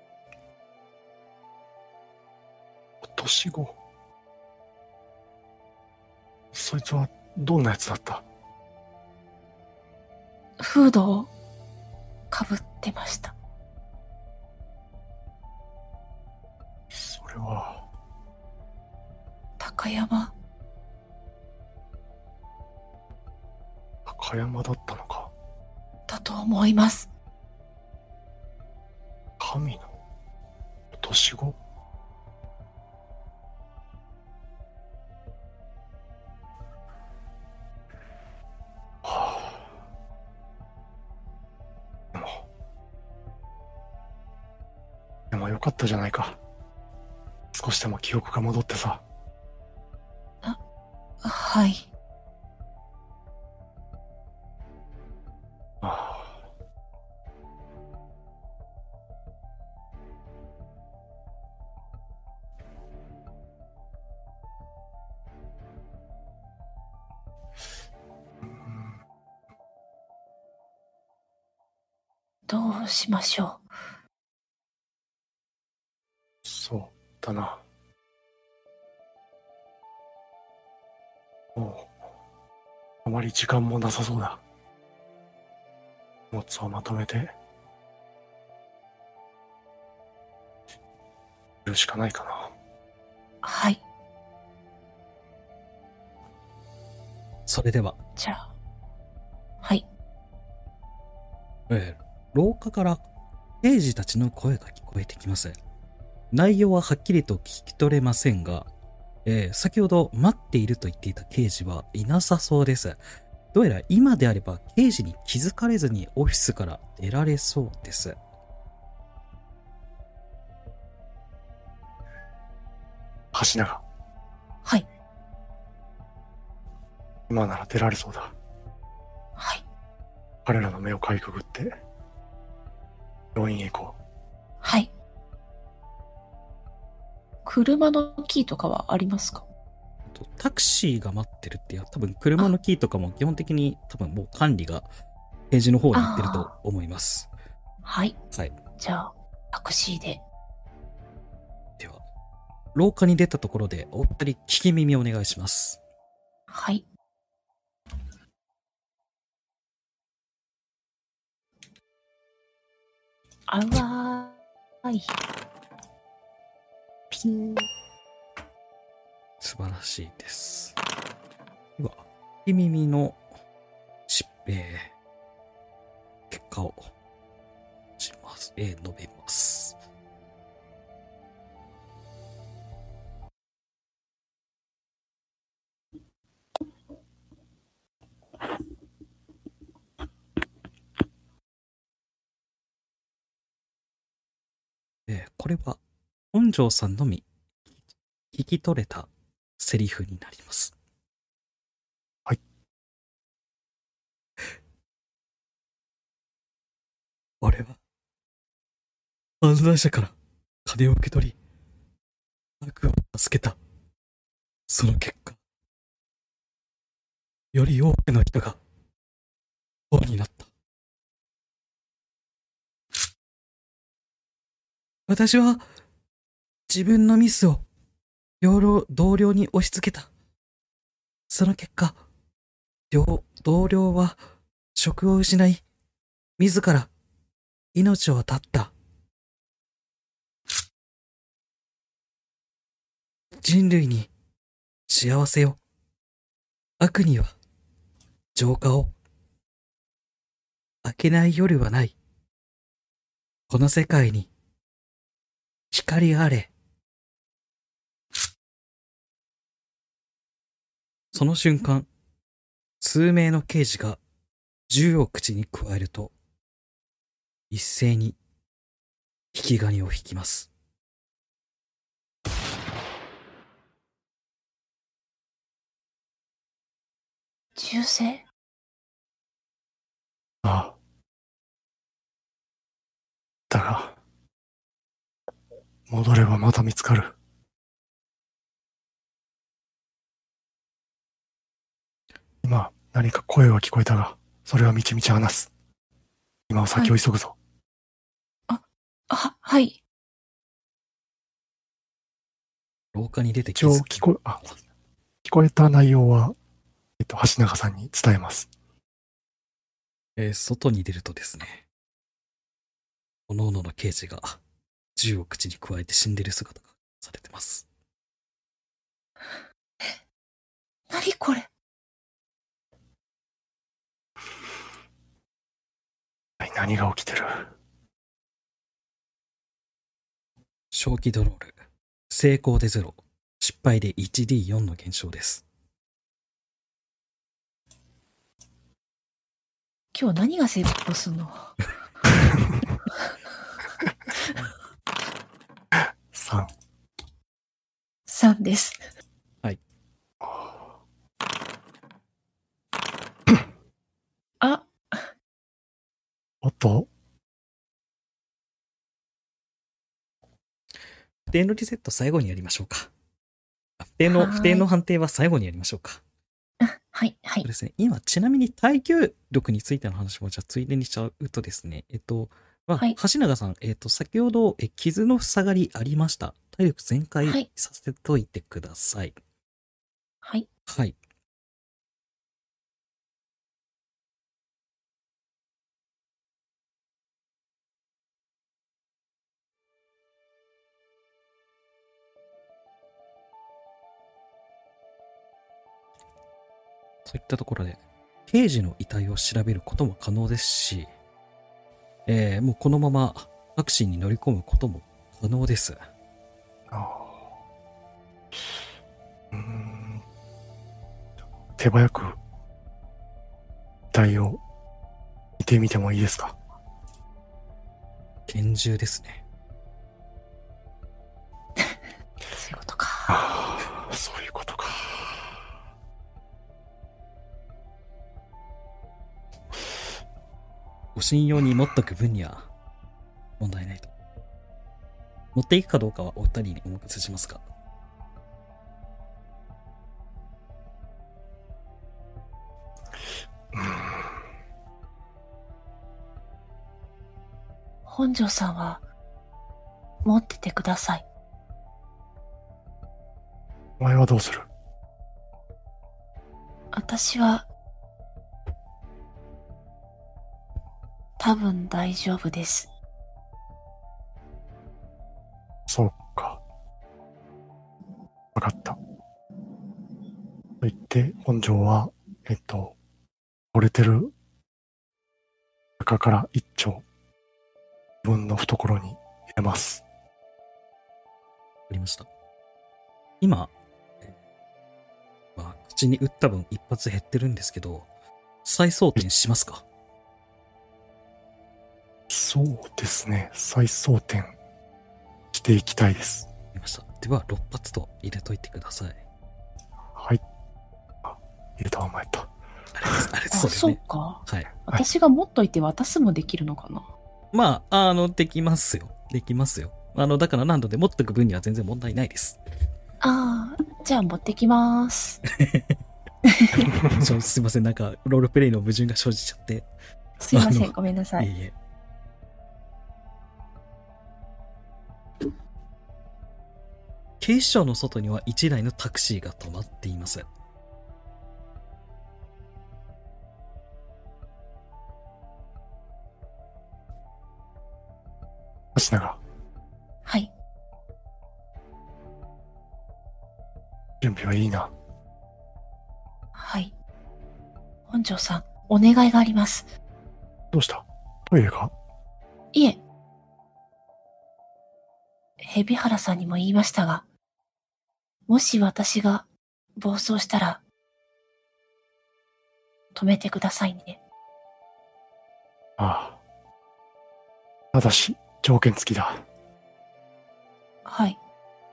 落とし子？そいつはどんなやつだった？ フードをかぶってました。 それは、 高山。 高山だったのか。 だと思います。 神の落とし子？はあ。でもよかったじゃないか。少しでも記憶が戻ってさ。 はい。 ああ。 どうしましょう。 そうだな。もう、 あまり時間もなさそうだ。荷物をまとめて、やるしかないかな。 はい。 それでは、 じゃあ。はい。 廊下から刑事たちの声が聞こえてきます。内容ははっきりと聞き取れませんが、先ほど待っていると言っていた刑事はいなさそうです。どうやら今であれば刑事に気づかれずにオフィスから出られそうです。 橋永、 はい。 今なら出られそうだ。 はい。 彼らの目をかいくぐって、病院へ行こう。 はい。車のキーとかはありますか？ タクシーが待ってるっていう、多分車のキーとかも基本的に多分もう管理が刑事の方に行ってると思います。 はい。 はい。 じゃあ、タクシーで。 では、廊下に出たところでお二人聞き耳お願いします。 はい。あわーい。ピン。 素晴らしいです。では、聞き耳の結果をします。述べます。これは本庄さんのみ聞き取れたセリフになります。 はい。 俺は犯罪者から金を受け取り、悪を助けた。その結果、より多くの人が不幸になった。私は自分のミスを同僚に押し付けた。その結果、同僚は職を失い、自ら命を絶った。人類に幸せを、悪には浄化を。明けない夜はない。この世界に光あれ。その瞬間、数名の刑事が銃を口に加えると、一斉に引き金を引きます。 銃声？ ああ。だが、戻ればまた見つかる。今、何か声は聞こえたが、それはみちみち話す。今は先を急ぐぞ。 はい。 廊下に出て一応聞こえた内容は、橋永さんに伝えます。 外に出るとですね、各々の刑事が銃を口に加えて死んでる姿がされてます。 何これ？ 何が起きてる？ 正気ドロール、成功で0、失敗で 1D4 の減少です。 今日何が成功すんの 3。 3です。 はい。 あ。 おっと。 不定のリセット最後にやりましょうか。不定の判定は最後にやりましょうか。 はい、はい。 そうですね。今、ちなみに耐久力についての話も、じゃあ、ついでにしちゃうとですね、 はい、 橋永さん、先ほど、傷の塞がりありました。体力全開させといてください。 はい。 はい。 そういったところで、刑事の遺体を調べることも可能ですし、もうこのままタクシーに乗り込むことも可能です。 手早く遺体を見てみてもいいですか？ 拳銃ですね。 そういうことか。 そういうことか。 護身用に持っとく分には問題ないと。持っていくかどうかはお二人にお任せしますか？ 本庄さんは持っててください。 お前はどうする？ 私は多分大丈夫です。 そうか。わかった。と言って、本庄は、折れてる中から一丁、自分の懐に入れます。 わかりました。今、口に打った分一発減ってるんですけど、再装填しますか？ そうですね。再装填していきたいです。 わかりました。では、6発と入れといてください。 はい。入れたままやった。 あれ、 そうですね。 か。 はい。 私が持っといて渡すもできるのかな。 まあ、できますよ。できますよ。だから何度で持ってく分には全然問題ないです。 じゃあ持ってきます。 すいません、なんか、ロールプレイの矛盾が生じちゃって。 すいません、ごめんなさい。 いえいえ。警視庁の外には1台のタクシーが止まっています。 足長、 はい。 準備はいいな。 はい。本庄さん、お願いがあります。 どうした？トイレか？ いえ。蛇原さんにも言いましたが、もし私が暴走したら、止めてくださいね。 ああ。ただし、条件付きだ。 はい。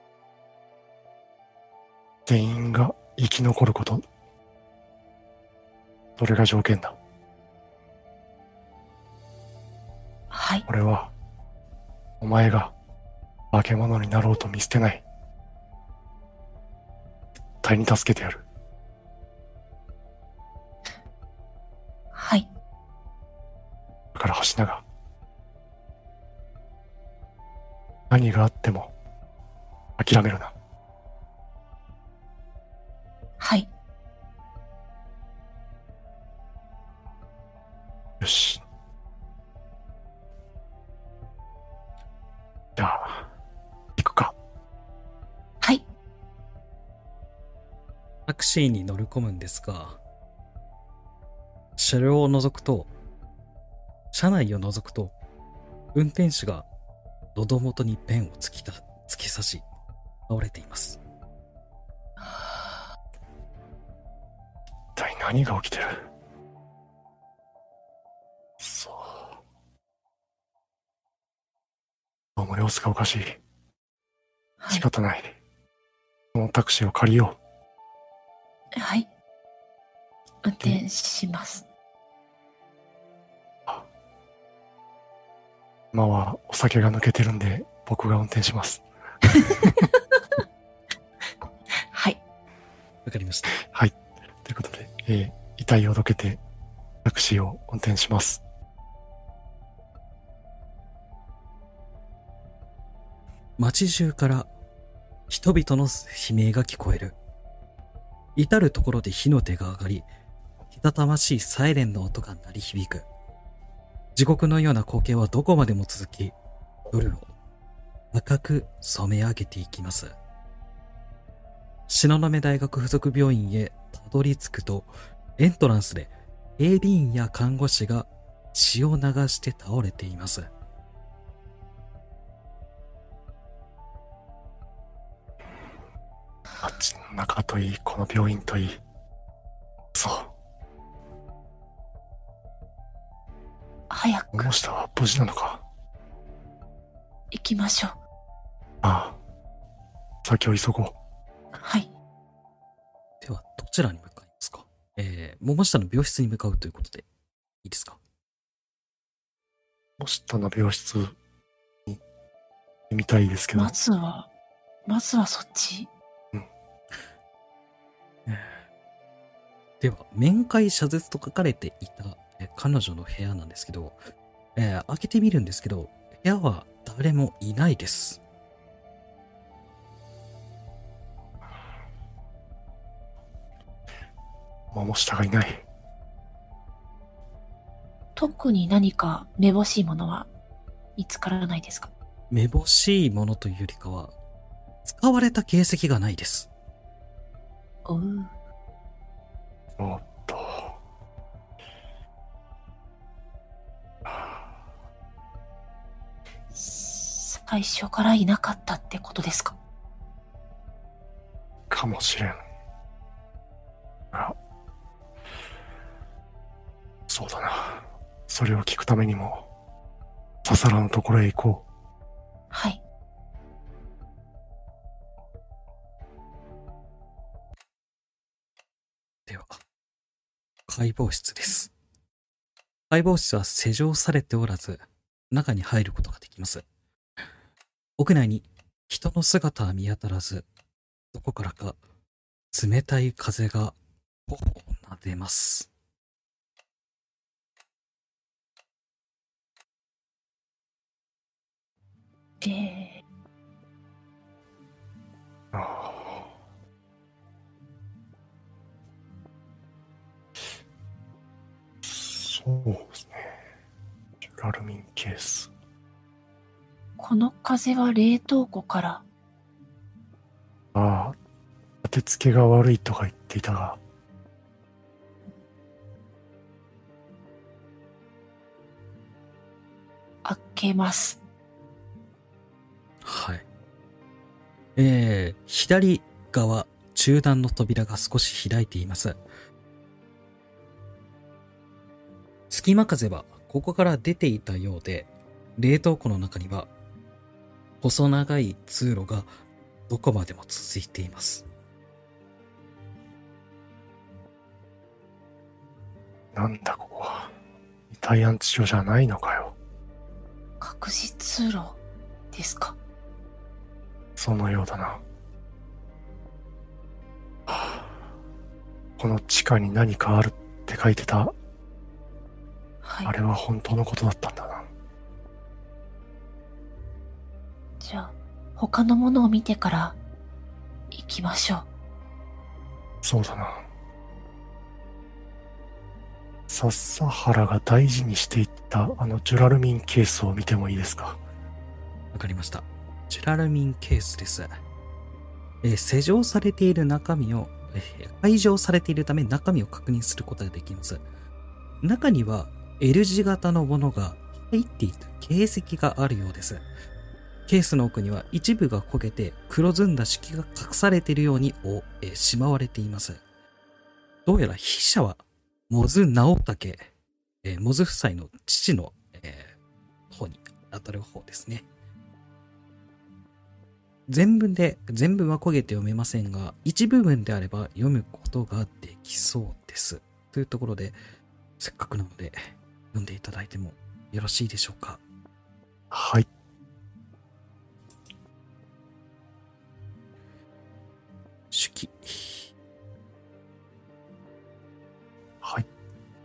全員が生き残ること。それが条件だ。 はい。 俺は、お前が化け物になろうと見捨てない。絶対に助けてやる。 はい。 だから橋永。何があっても諦めるな。 はい。 よし。じゃあ、行くか。 はい。 タクシーに乗り込むんですが、車両を覗くと、車内を覗くと、運転手が喉元にペンを突き刺し、倒れています。 一体何が起きてる？どうも様子がおかしい。仕方ない。このタクシーを借りよう。はい。運転します。 今はお酒が抜けてるんで、僕が運転します。 はい。 わかりました。 はい。ということで、遺体をどけて、タクシーを運転します。 街中から人々の悲鳴が聞こえる。至るところで火の手が上がり、けたたましいサイレンの音が鳴り響く。地獄のような光景はどこまでも続き、夜を赤く染め上げていきます。東雲大学附属病院へたどり着くと、 エントランスで警備員や看護師が血を流して倒れています。 街の中といい、この病院といい。そう。 早く桃下は無事なのか。 行きましょう。 ああ。先を急ごう。 はい。 では、どちらに向かいますか？桃下の病室に向かうということで、いいですか？ 桃下の病室に行ってみたいですけど。 まずはそっち。 では、面会謝絶と書かれていた彼女の部屋なんですけど、開けてみるんですけど、部屋は誰もいないです。 桃下がいない。 特に何かめぼしいものは見つからないですか？ めぼしいものというよりかは、使われた形跡がないです。 おう。 おっと。 最初からいなかったってことですか？ かもしれん。そうだな。それを聞くためにも、笹原のところへ行こう。 はい。 では、解剖室です。解剖室は施錠されておらず、中に入ることができます。屋内に人の姿は見当たらず、どこからか冷たい風が頬を撫でます。 ああ。そうですね。ジュラルミンケース。 この風は冷凍庫から。 ああ、当てつけが悪いとか言っていたが。 開けます。 はい。左側、中段の扉が少し開いています。隙間風はここから出ていたようで、冷凍庫の中には細長い通路がどこまでも続いています。 なんだここは。遺体安置所じゃないのかよ。 隠し通路ですか？ そのようだな。はあ、この地下に何かあるって書いてた。 はい。 あれは本当のことだったんだな。 じゃあ、他のものを見てから行きましょう。 そうだな。笹原が大事にしていったあのジュラルミンケースを見てもいいですか？ わかりました。ジュラルミンケースです。施錠されている中身を、解錠されているため中身を確認することができます。中には L 字型のものが入っていた形跡があるようです。ケースの奥には一部が焦げて黒ずんだ敷が隠されているようにしまわれています。どうやら筆者はモズ直武、モズ夫妻の父の、方に当たる方ですね。全文は焦げて読めませんが、一部分であれば読むことができそうです。というところで、せっかくなので読んでいただいてもよろしいでしょうか。 はい。 手記。 はい。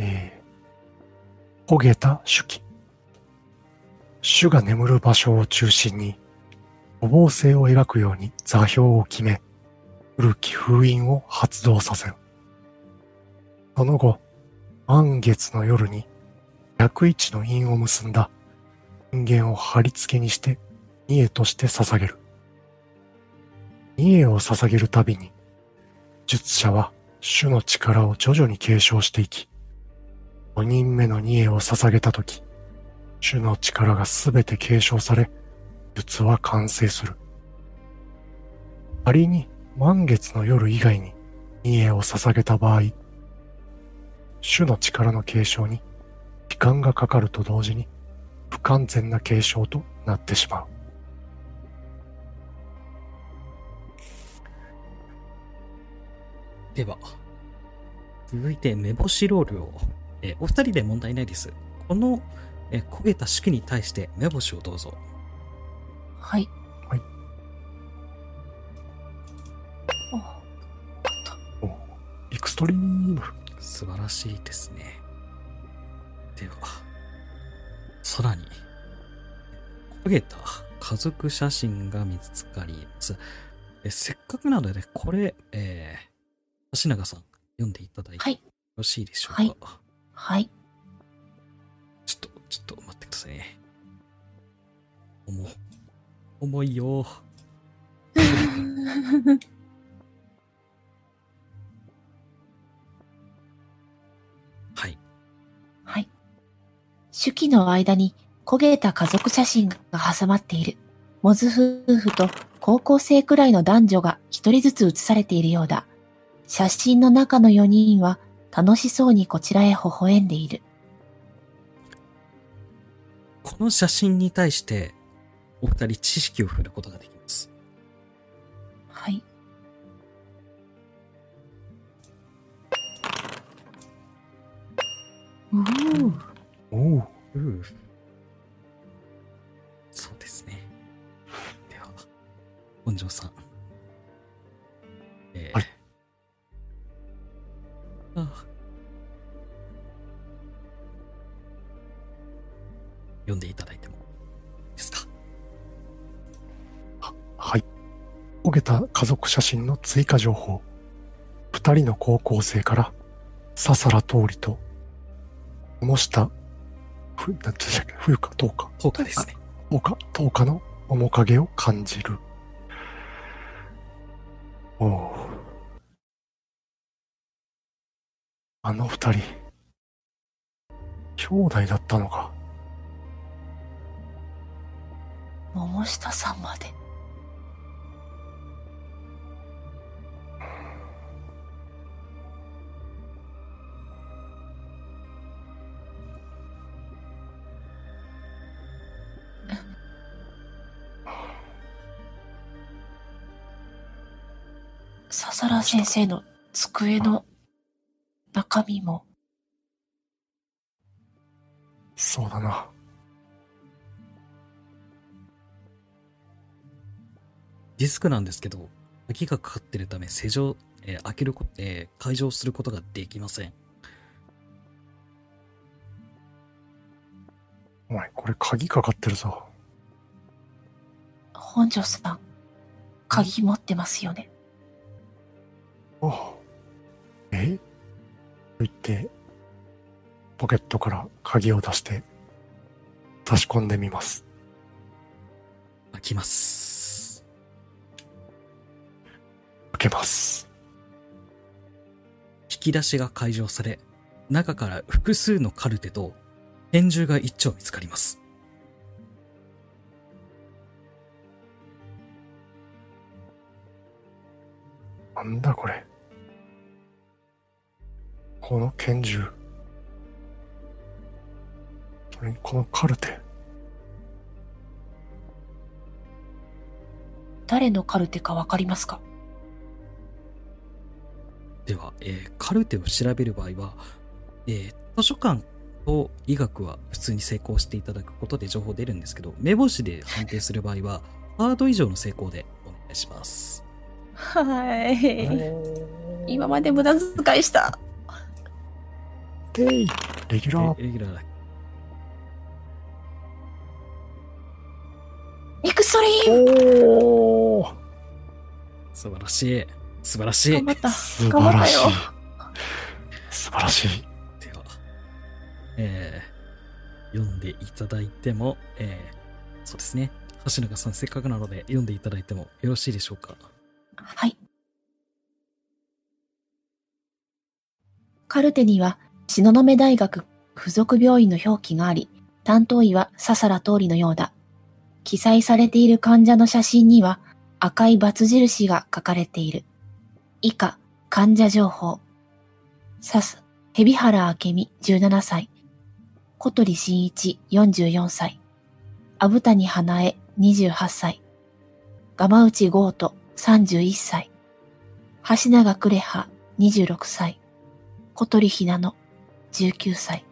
焦げた手記。主が眠る場所を中心に、予防性を描くように座標を決め、古き封印を発動させる。その後、満月の夜に、101の印を結んだ人間を貼り付けにして、煮えとして捧げる。煮えを捧げるたびに、術者は主の力を徐々に継承していき、5人目のニエを捧げたとき、主の力がすべて継承され、術は完成する。仮に満月の夜以外にニエを捧げた場合、主の力の継承に時間がかかると同時に不完全な継承となってしまう。 では、続いて目星ロールを、お二人で問題ないです。この、焦げた式に対して目星をどうぞ。 はい。 はい。 お、 エクストリーム。 素晴らしいですね。では、さらに、焦げた家族写真が見つかります。せっかくなので、これ、橋永さん、読んでいただいてよろしいでしょうか。 はい。はい。 ちょっと待ってくださいね。重いよ。はい。 はい。手記の間に焦げた家族写真が挟まっている。モズ夫婦と高校生くらいの男女が一人ずつ写されているようだ。写真の中の4人は楽しそうにこちらへ微笑んでいる。 この写真に対してお二人知識を振ることができます。 はい。 おう。 そうですね。では、本庄さん。 はい。 読んでいただいてもいいですか？ はい。焦げた家族写真の追加情報。2人の高校生から笹原通りと模したなんて言うんだっけ、冬か10日 10日ですね。 10日の面影を感じる。おう。あの2人兄弟だったのか。 桃下さんまで。笹原先生の机の中身も。 そうだな。 ディスクなんですけど、鍵がかかってるため開ける解錠することができません。 お前、これ鍵かかってるぞ。 本庄さん、鍵持ってますよね。 おう。と言って、ポケットから鍵を出して差し込んでみます。 開きます。 開けます。 引き出しが解錠され、中から複数のカルテと拳銃が1丁見つかります。 なんだこれ。この拳銃。それにこのカルテ。 誰のカルテかわかりますか？ では、カルテを調べる場合は、図書館と医学は普通に成功していただくことで情報出るんですけど、目星で判定する場合は、ハード以上の成功でお願いします。 はい。今まで無駄遣いした。 レギュラー。 レギュラーだ。 エクストリーム。 おー。 素晴らしい。素晴らしい。 頑張った。 素頑張ったよ。 素晴らしい。 では、読んでいただいても、そうですね。橋永さん、せっかくなので読んでいただいてもよろしいでしょうか？ はい。 カルテには、東雲大学附属病院の表記があり、担当医は笹良通りのようだ。記載されている患者の写真には赤い×印が書かれている。以下、患者情報。海老原明美17歳。小鳥真一44歳。阿部谷花江28歳。蒲内豪斗31歳。橋永呉葉26歳。小鳥ひなの19歳。